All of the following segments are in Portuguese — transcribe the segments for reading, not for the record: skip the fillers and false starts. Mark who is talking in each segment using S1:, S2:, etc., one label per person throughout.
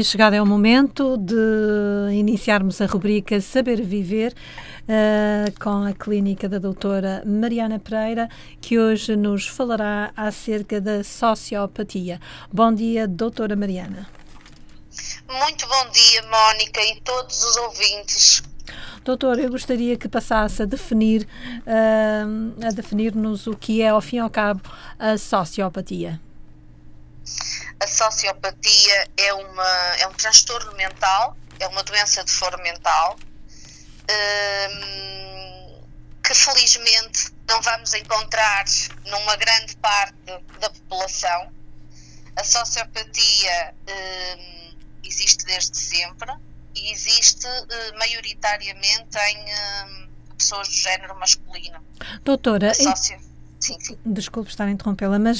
S1: chegado é o momento de iniciarmos a rubrica Saber Viver com a clínica da doutora Mariana Pereira, que hoje nos falará acerca da sociopatia. Bom dia, doutora Mariana.
S2: Muito bom dia, Mónica, e todos os ouvintes.
S1: Doutor, eu gostaria que passasse a definir-nos o que é, ao fim e ao cabo, a sociopatia.
S2: A sociopatia é um transtorno mental, é uma doença de foro mental, que felizmente não vamos encontrar numa grande parte da população. A sociopatia existe desde sempre e existe maioritariamente em pessoas do género masculino.
S1: Doutora,
S2: Sim.
S1: Desculpe estar a interrompê-la, mas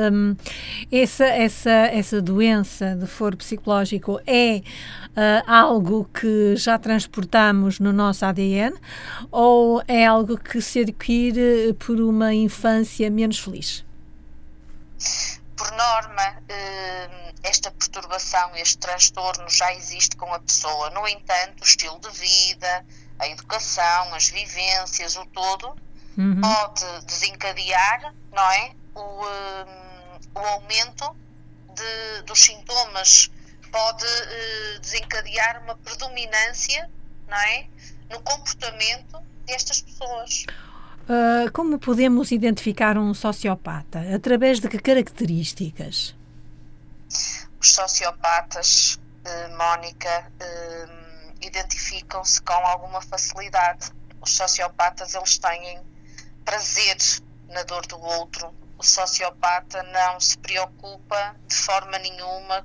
S1: essa doença de foro psicológico é algo que já transportamos no nosso ADN ou é algo que se adquire por uma infância menos feliz?
S2: Por norma, esta perturbação, este transtorno já existe com a pessoa. No entanto, o estilo de vida, a educação, as vivências, o todo, pode desencadear, não é? O aumento dos sintomas, pode desencadear uma predominância, não é? No comportamento destas pessoas.
S1: Como podemos identificar um sociopata? Através de que características?
S2: Os sociopatas, Mónica, identificam-se com alguma facilidade. Os sociopatas, eles têm prazer na dor do outro. O sociopata não se preocupa de forma nenhuma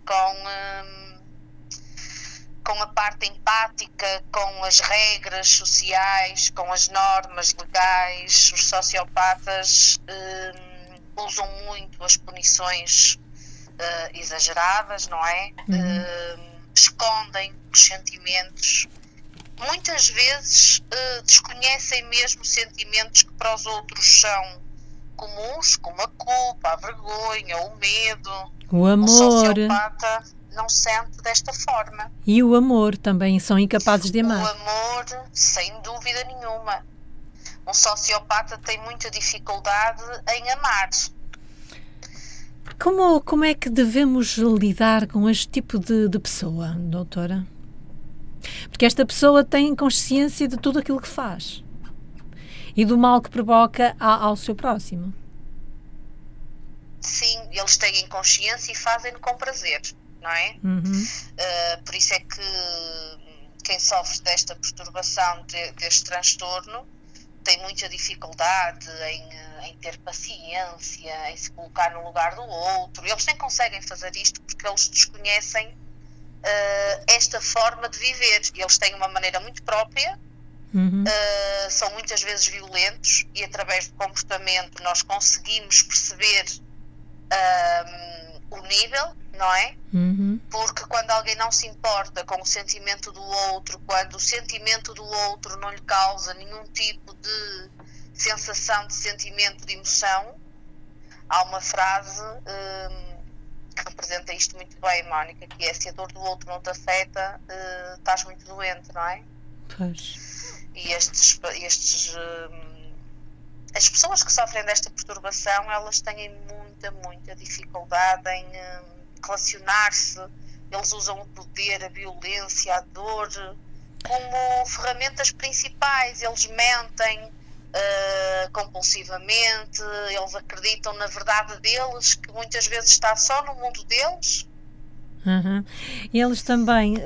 S2: com a parte empática, com as regras sociais, com as normas legais. Os sociopatas usam muito as punições exageradas, não é? Escondem os sentimentos. Muitas vezes desconhecem mesmo sentimentos que para os outros são comuns, como a culpa, a vergonha, o medo.
S1: O amor.
S2: O sociopata não sente desta forma.
S1: E o amor também, são incapazes de amar.
S2: O amor, sem dúvida nenhuma. Um sociopata tem muita dificuldade em amar.
S1: Como é que devemos lidar com este tipo de pessoa, doutora? Porque esta pessoa tem consciência de tudo aquilo que faz e do mal que provoca ao seu próximo.
S2: Sim, eles têm consciência e fazem-no com prazer, não é? Por isso é que quem sofre desta perturbação, deste transtorno, tem muita dificuldade em ter paciência, em se colocar no lugar do outro. Eles nem conseguem fazer isto porque eles desconhecem esta forma de viver. Eles têm uma maneira muito própria, são muitas vezes violentos e através do comportamento nós conseguimos perceber o nível, não é? Porque quando alguém não se importa com o sentimento do outro, quando o sentimento do outro não lhe causa nenhum tipo de sensação, de sentimento, de emoção, há uma frase que representa isto muito bem, Mónica, que é: se a dor do outro não te afeta, estás muito doente, não é?
S1: Pois.
S2: E as pessoas que sofrem desta perturbação, elas têm muita dificuldade em relacionar-se. Eles usam o poder, a violência, a dor como ferramentas principais. Eles mentem compulsivamente, eles acreditam na verdade deles, que muitas vezes está só no mundo deles.
S1: Eles também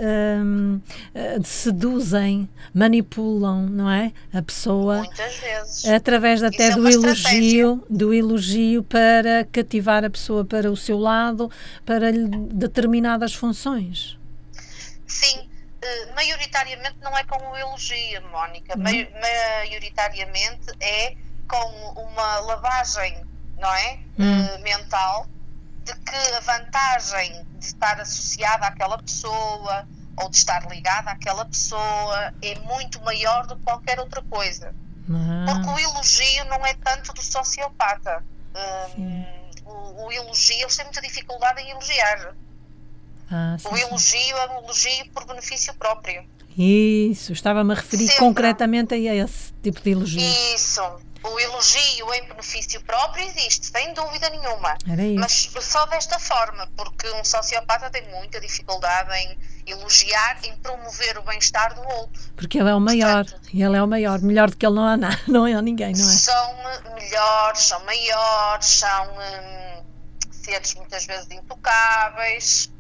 S1: seduzem, manipulam, não é? A pessoa.
S2: Muitas vezes.
S1: Através até do elogio para cativar a pessoa para o seu lado, para determinadas funções.
S2: Sim, maioritariamente não é com o elogio, Mónica. Maioritariamente é com uma lavagem, não é? Mental, de que a vantagem de estar associada àquela pessoa ou de estar ligada àquela pessoa é muito maior do que qualquer outra coisa. Porque o elogio não é tanto do sociopata. O elogio, eles têm muita dificuldade em elogiar. O elogio é um elogio por benefício próprio.
S1: Isso, estava-me a referir concretamente a esse tipo de elogio.
S2: Isso, o elogio em benefício próprio existe, sem dúvida nenhuma.
S1: Era isso.
S2: Mas só desta forma, porque um sociopata tem muita dificuldade em elogiar, em promover o bem-estar do outro.
S1: Porque ele é o maior, e ele é o maior. Melhor do que ele não há nada, não há ninguém, não é?
S2: São melhores, são maiores, são seres muitas vezes intocáveis,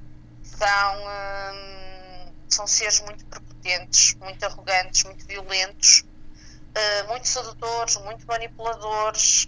S2: são seres muito prepotentes, muito arrogantes, muito violentos, muito sedutores, muito manipuladores.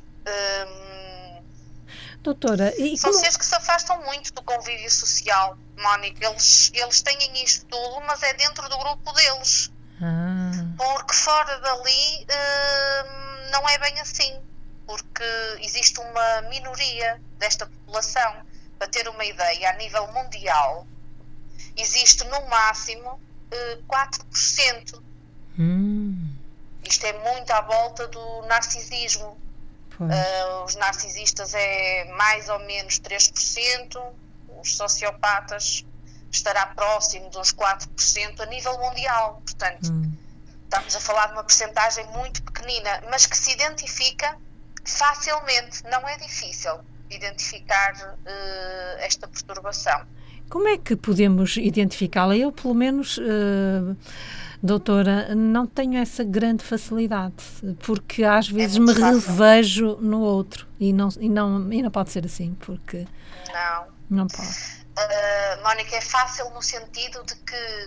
S1: Doutora,
S2: são seres que se afastam muito do convívio social, Mónica. Eles têm isto tudo, mas é dentro do grupo deles. Porque fora dali não é bem assim. Porque existe uma minoria desta população. Para ter uma ideia, a nível mundial, existe no máximo 4%. Isto é muito à volta do narcisismo. Os narcisistas é mais ou menos 3%, os sociopatas estará próximo de uns 4% a nível mundial. Portanto, estamos a falar de uma percentagem muito pequenina, mas que se identifica facilmente. Não é difícil identificar esta perturbação.
S1: Como é que podemos identificá-la? Eu, pelo menos, doutora, não tenho essa grande facilidade, porque às vezes me revejo no outro e não pode ser assim, porque não pode.
S2: Mónica, é fácil no sentido de que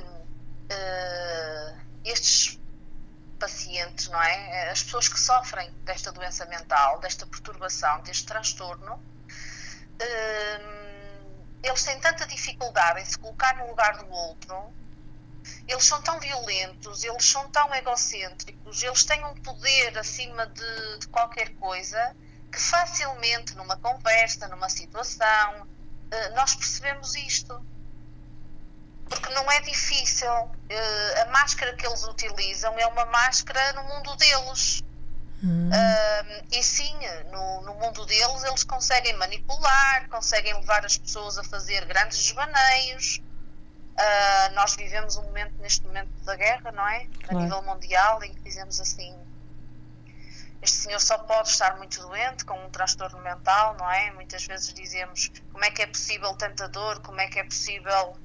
S2: estes pacientes, não é? As pessoas que sofrem desta doença mental, desta perturbação, deste transtorno, eles têm tanta dificuldade em se colocar no lugar do outro, eles são tão violentos, eles são tão egocêntricos, eles têm um poder acima de qualquer coisa, que facilmente numa conversa, numa situação, nós percebemos isto. Porque não é difícil. A máscara que eles utilizam é uma máscara no mundo deles. E sim, no mundo deles eles conseguem manipular, conseguem levar as pessoas a fazer grandes desvaneios. Nós vivemos neste momento da guerra, não é? A nível mundial, em que dizemos assim: este senhor só pode estar muito doente, com um transtorno mental, não é? Muitas vezes dizemos: como é que é possível tanta dor, como é que é possível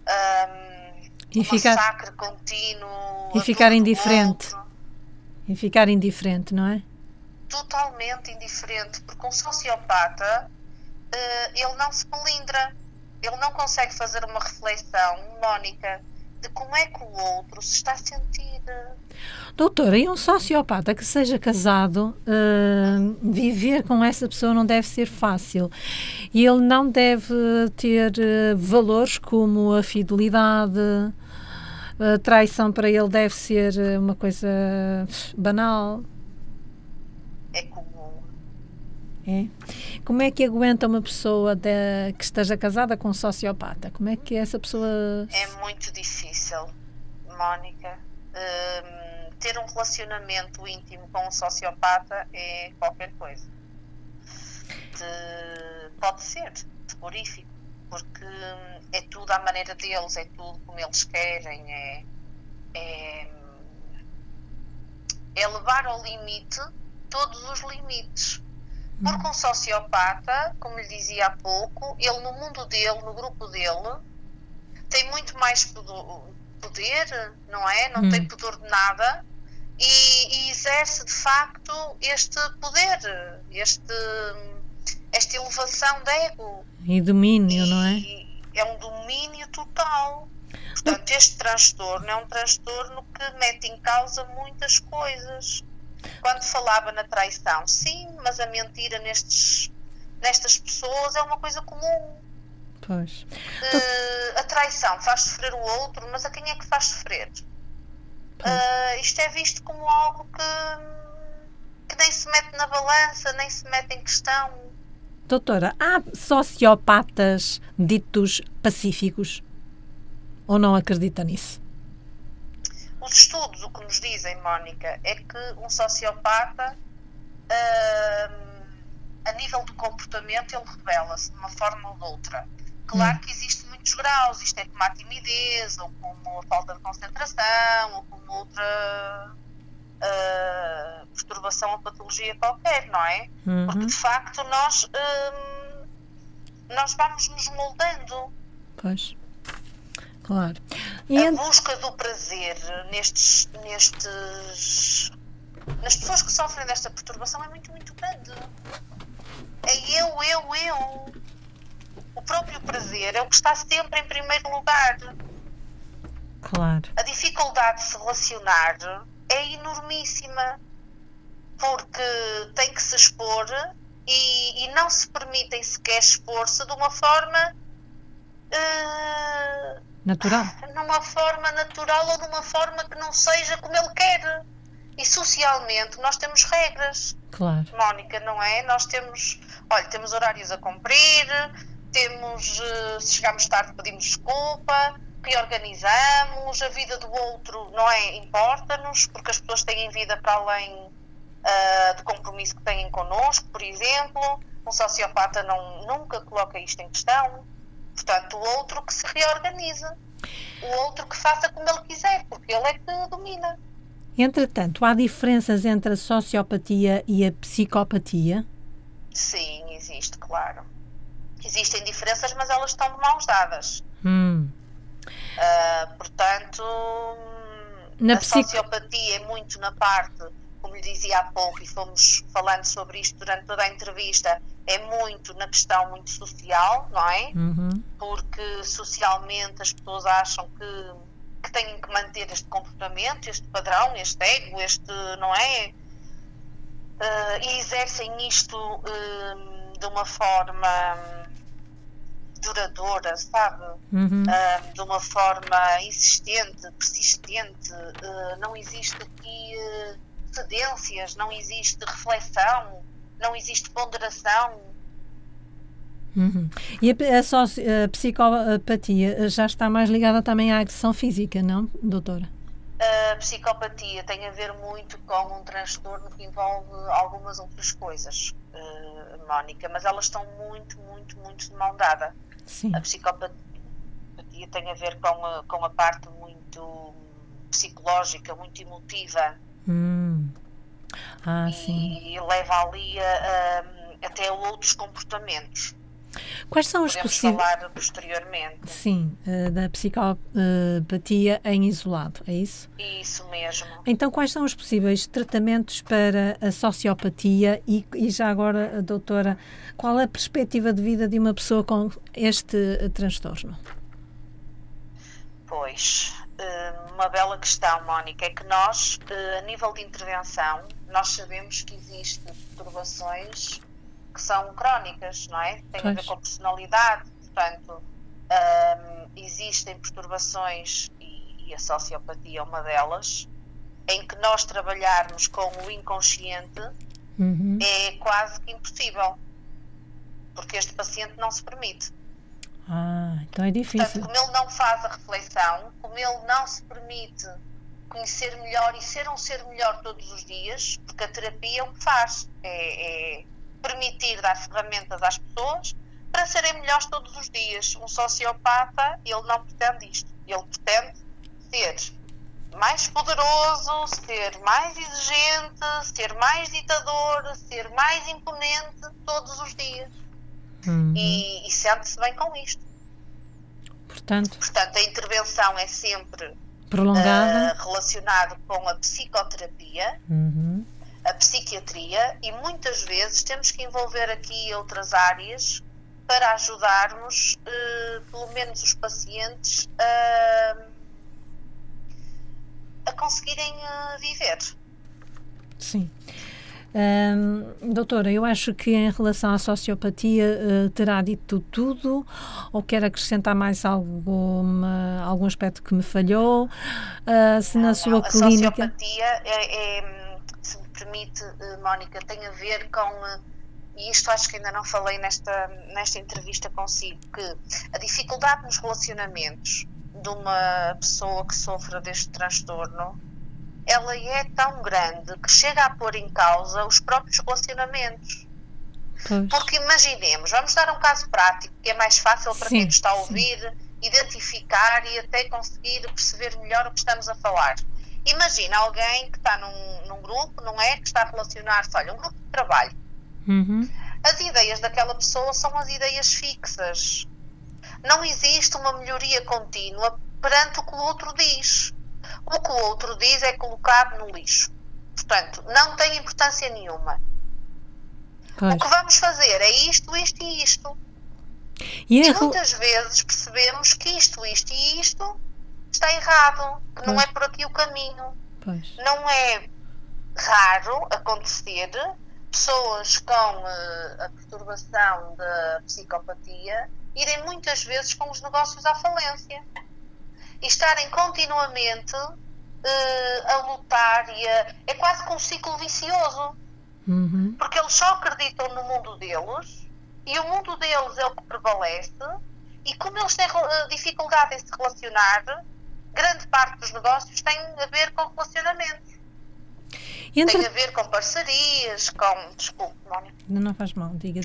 S2: massacre contínuo
S1: e ficar indiferente. E ficar indiferente, não é?
S2: Totalmente indiferente, porque um sociopata, ele não se melindra, ele não consegue fazer uma reflexão, Mónica, de como é que o outro se está a sentir.
S1: Doutora, e um sociopata que seja casado, viver com essa pessoa não deve ser fácil. E ele não deve ter valores como a fidelidade. A traição para ele deve ser uma coisa banal.
S2: É comum.
S1: É? Como é que aguenta uma pessoa que esteja casada com um sociopata? Como é que essa pessoa...
S2: É muito difícil, Mónica. Ter um relacionamento íntimo com um sociopata é qualquer coisa. Pode ser terrorífico, porque é tudo à maneira deles, é tudo como eles querem, é levar ao limite todos os limites. Porque um sociopata, como lhe dizia há pouco, ele no mundo dele, no grupo dele, tem muito mais poder, não é? Não tem pudor de nada e exerce de facto este poder, esta elevação de ego.
S1: E domínio, não é?
S2: É um domínio total. Portanto, este transtorno é um transtorno que mete em causa muitas coisas. Quando falava na traição, sim, mas a mentira nestas pessoas é uma coisa comum.
S1: Pois.
S2: A traição faz sofrer o outro, mas a quem é que faz sofrer? Isto é visto como algo que nem se mete na balança, nem se mete em questão.
S1: Doutora, há sociopatas ditos pacíficos? Ou não acredita nisso?
S2: Os estudos, o que nos dizem, Mónica, é que um sociopata, a nível do comportamento, ele revela-se de uma forma ou de outra. Claro que existe muito muitos graus. Isto é como a timidez, ou como a falta de concentração, ou como outra perturbação ou patologia qualquer, não é? Porque de facto nós vamos nos moldando.
S1: Pois, claro.
S2: A busca do prazer nas pessoas que sofrem desta perturbação é muito, muito grande. É eu. O próprio prazer é o que está sempre em primeiro lugar.
S1: Claro.
S2: A dificuldade de se relacionar é enormíssima, porque tem que se expor e não se permitem sequer expor-se de uma forma
S1: natural.
S2: Numa forma natural ou de uma forma que não seja como ele quer. E socialmente nós temos regras,
S1: claro.
S2: Mónica, não é? Nós temos horários a cumprir, se chegamos tarde pedimos desculpa, reorganizamos, a vida do outro, não é? Importa-nos, porque as pessoas têm vida para além do compromisso que têm connosco, por exemplo. Um sociopata nunca coloca isto em questão. Portanto, o outro que se reorganize, o outro que faça como ele quiser, porque ele é que domina.
S1: Entretanto, há diferenças entre a sociopatia e a psicopatia? Sim,
S2: existe, claro. Existem diferenças, mas elas estão de mãos dadas. Portanto, a sociopatia é muito na parte, como lhe dizia há pouco, e fomos falando sobre isto durante toda a entrevista, é muito na questão muito social, não é? Porque socialmente as pessoas acham que têm que manter este comportamento, este padrão, este ego, não é? E exercem isto de uma forma duradoura, sabe? De uma forma insistente, persistente. Não existe aqui cedências, não existe reflexão, não existe ponderação.
S1: E a psicopatia já está mais ligada também à agressão física, não, doutora?
S2: A psicopatia tem a ver muito com um transtorno que envolve algumas outras coisas, Mónica, mas elas estão muito, muito, muito de mão dada.
S1: Sim.
S2: A psicopatia tem a ver com a parte muito psicológica, muito emotiva.
S1: Sim.
S2: Leva ali até outros comportamentos.
S1: Quais são os possíveis?
S2: Falar posteriormente.
S1: Sim, da psicopatia em isolado, é isso?
S2: Isso mesmo.
S1: Então, quais são os possíveis tratamentos para a sociopatia e já agora, doutora, qual é a perspectiva de vida de uma pessoa com este transtorno?
S2: Pois, uma bela questão, Mónica, é que nós, a nível de intervenção, nós sabemos que existem perturbações que são crónicas, não é? Tem a ver com a personalidade, portanto, existem perturbações, e a sociopatia é uma delas, em que nós trabalharmos com o inconsciente é quase que impossível, porque este paciente não se permite.
S1: Então é difícil.
S2: Portanto, como ele não faz a reflexão, como ele não se permite conhecer melhor e ser um ser melhor todos os dias, porque a terapia é o que faz, é permitir dar ferramentas às pessoas para serem melhores todos os dias. Um sociopata, ele não pretende isto. Ele pretende ser mais poderoso, ser mais exigente, ser mais ditador, ser mais imponente todos os dias. E sente-se bem com isto. Portanto, a intervenção é sempre
S1: prolongada,
S2: relacionada com a psicoterapia, a psiquiatria, e muitas vezes temos que envolver aqui outras áreas para ajudarmos, pelo menos os pacientes, a conseguirem viver.
S1: Sim. Doutora, eu acho que em relação à sociopatia terá dito tudo, ou quer acrescentar mais algum aspecto que me falhou? Se na sua clínica...
S2: A sociopatia se me permite, Mónica, tem a ver com, e isto acho que ainda não falei nesta entrevista consigo, que a dificuldade nos relacionamentos de uma pessoa que sofra deste transtorno, ela é tão grande que chega a pôr em causa os próprios relacionamentos. Pois. Porque imaginemos, vamos dar um caso prático, que é mais fácil para quem nos está a ouvir identificar e até conseguir perceber melhor o que estamos a falar. Imagina alguém que está num grupo, não é? Que está a relacionar-se, olha, um grupo de trabalho. As ideias daquela pessoa são as ideias fixas. Não existe uma melhoria contínua perante o que o outro diz. O que o outro diz é colocado no lixo. Portanto, não tem importância nenhuma.
S1: Pois.
S2: O que vamos fazer é isto, isto e isto. E muitas vezes percebemos que isto e isto está errado, que não é por aqui o caminho.
S1: Pois.
S2: Não é raro acontecer pessoas com a perturbação da psicopatia irem muitas vezes com os negócios à falência e estarem continuamente a lutar é quase como um ciclo vicioso, porque eles só acreditam no mundo deles e o mundo deles é o que prevalece, e como eles têm dificuldade em se relacionar, grande parte dos negócios tem a ver com relacionamentos. Tem a ver com parcerias, com... Desculpe, Mónica.
S1: Não faz mal, diga.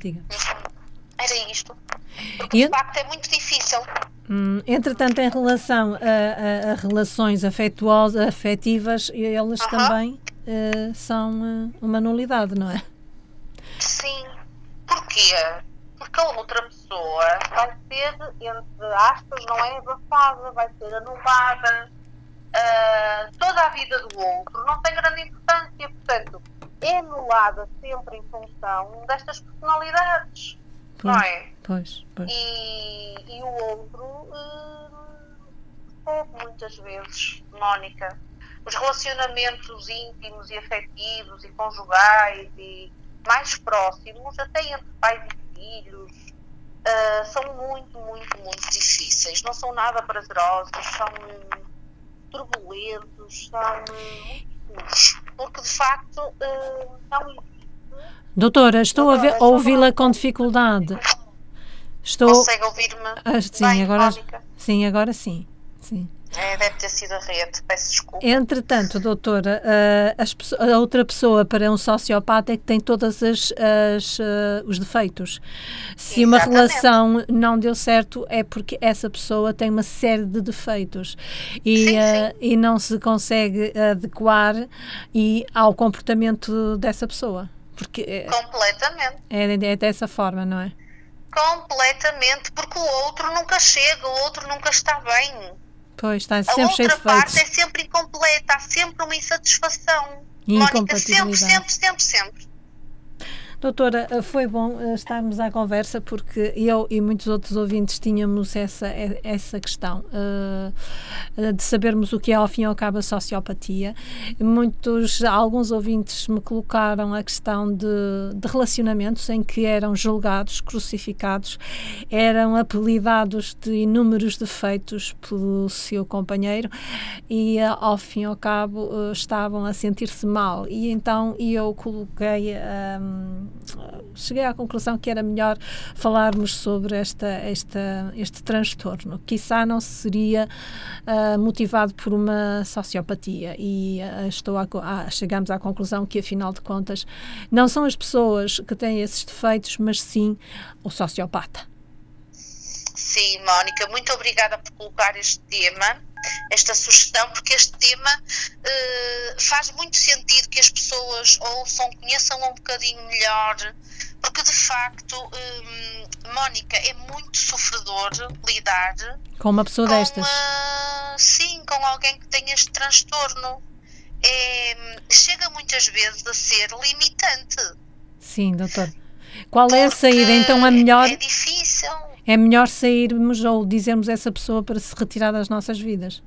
S2: Era isto. Porque de facto é muito difícil.
S1: Entretanto, em relação a relações afetivas, elas também são uma nulidade, não é?
S2: Sim. Porquê? Porque a outra pessoa vai ser, entre aspas, não é abafada, vai ser anulada. Toda a vida do outro não tem grande importância, portanto, é anulada sempre em função destas personalidades, não é?
S1: Pois.
S2: E o outro percebe muitas vezes, Mónica, os relacionamentos íntimos e afetivos e conjugais e mais próximos, até entre pais e filhos, são muito, muito, muito difíceis, não são nada prazerosos, são turbulentos, são muito, porque de facto não existe.
S1: Doutora, estou a ouvi-la com dificuldade.
S2: Consegue ouvir-me?
S1: Sim,
S2: bem,
S1: agora,
S2: Mónica?
S1: sim, agora sim.
S2: Deve ter sido a rede, peço desculpa.
S1: Entretanto, doutora, a outra pessoa para um sociopata é que tem todos os defeitos. Se uma relação não deu certo é porque essa pessoa tem uma série de defeitos e não se consegue adequar ao comportamento dessa pessoa. Porque
S2: completamente.
S1: É dessa forma, não é?
S2: Completamente, porque o outro nunca chega, o outro nunca está bem.
S1: Pois, está sempre cheio de defeitos.
S2: A outra parte é sempre incompleta, há sempre uma insatisfação. Mónica, sempre.
S1: Doutora, foi bom estarmos à conversa, porque eu e muitos outros ouvintes tínhamos essa questão de sabermos o que é ao fim e ao cabo a sociopatia. Alguns ouvintes me colocaram a questão de relacionamentos em que eram julgados, crucificados, eram apelidados de inúmeros defeitos pelo seu companheiro e ao fim e ao cabo estavam a sentir-se mal, e então eu cheguei à conclusão que era melhor falarmos sobre este transtorno. Quiçá não seria motivado por uma sociopatia, e chegamos à conclusão que, afinal de contas, não são as pessoas que têm esses defeitos, mas sim o sociopata.
S2: Sim, Mónica, muito obrigada por colocar este tema, esta sugestão, porque este tema faz muito sentido que as pessoas ouçam, conheçam um bocadinho melhor, porque de facto, Mónica, é muito sofredor lidar
S1: com uma pessoa destas.
S2: Sim, com alguém que tem este transtorno. Chega muitas vezes a ser limitante.
S1: Sim, doutor. Qual é a saída? Então é melhor...
S2: É difícil.
S1: É melhor sairmos ou dizermos a essa pessoa para se retirar das nossas vidas?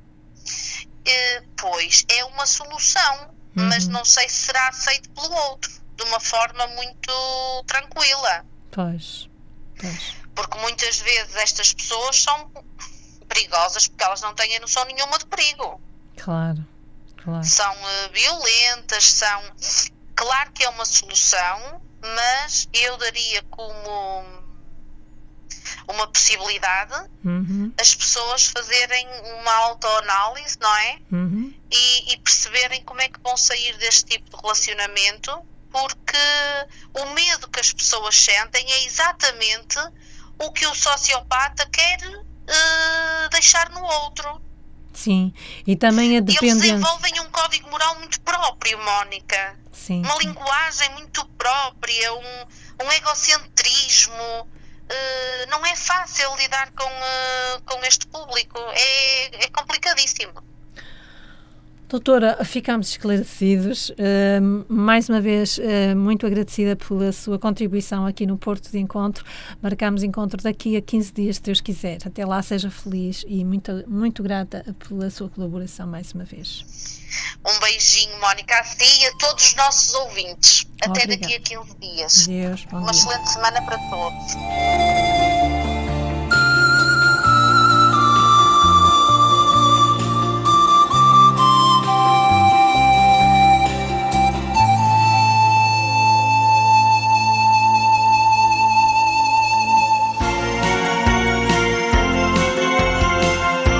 S2: Pois, é uma solução, mas não sei se será aceito pelo outro de uma forma muito tranquila.
S1: Pois.
S2: Porque muitas vezes estas pessoas são perigosas porque elas não têm noção nenhuma de perigo.
S1: Claro.
S2: São violentas, Claro que é uma solução, mas eu daria como uma possibilidade as pessoas fazerem uma autoanálise, não é? E perceberem como é que vão sair deste tipo de relacionamento, porque o medo que as pessoas sentem é exatamente o que o sociopata quer deixar no outro.
S1: Sim, e também a dependência.
S2: Eles desenvolvem um código moral muito próprio, Mónica.
S1: Sim,
S2: uma linguagem muito própria, um egocentrismo. Não é fácil lidar com este público, é complicadíssimo.
S1: Doutora, ficámos esclarecidos. Mais uma vez, muito agradecida pela sua contribuição aqui no Porto de Encontro. Marcámos encontro daqui a 15 dias, se Deus quiser. Até lá, seja feliz e muito, muito grata pela sua colaboração mais uma vez.
S2: Um beijinho, Mónica, a si e a todos os nossos ouvintes. Até daqui a 15 dias.
S1: Deus, bom
S2: Uma
S1: dia.
S2: excelente semana para todos.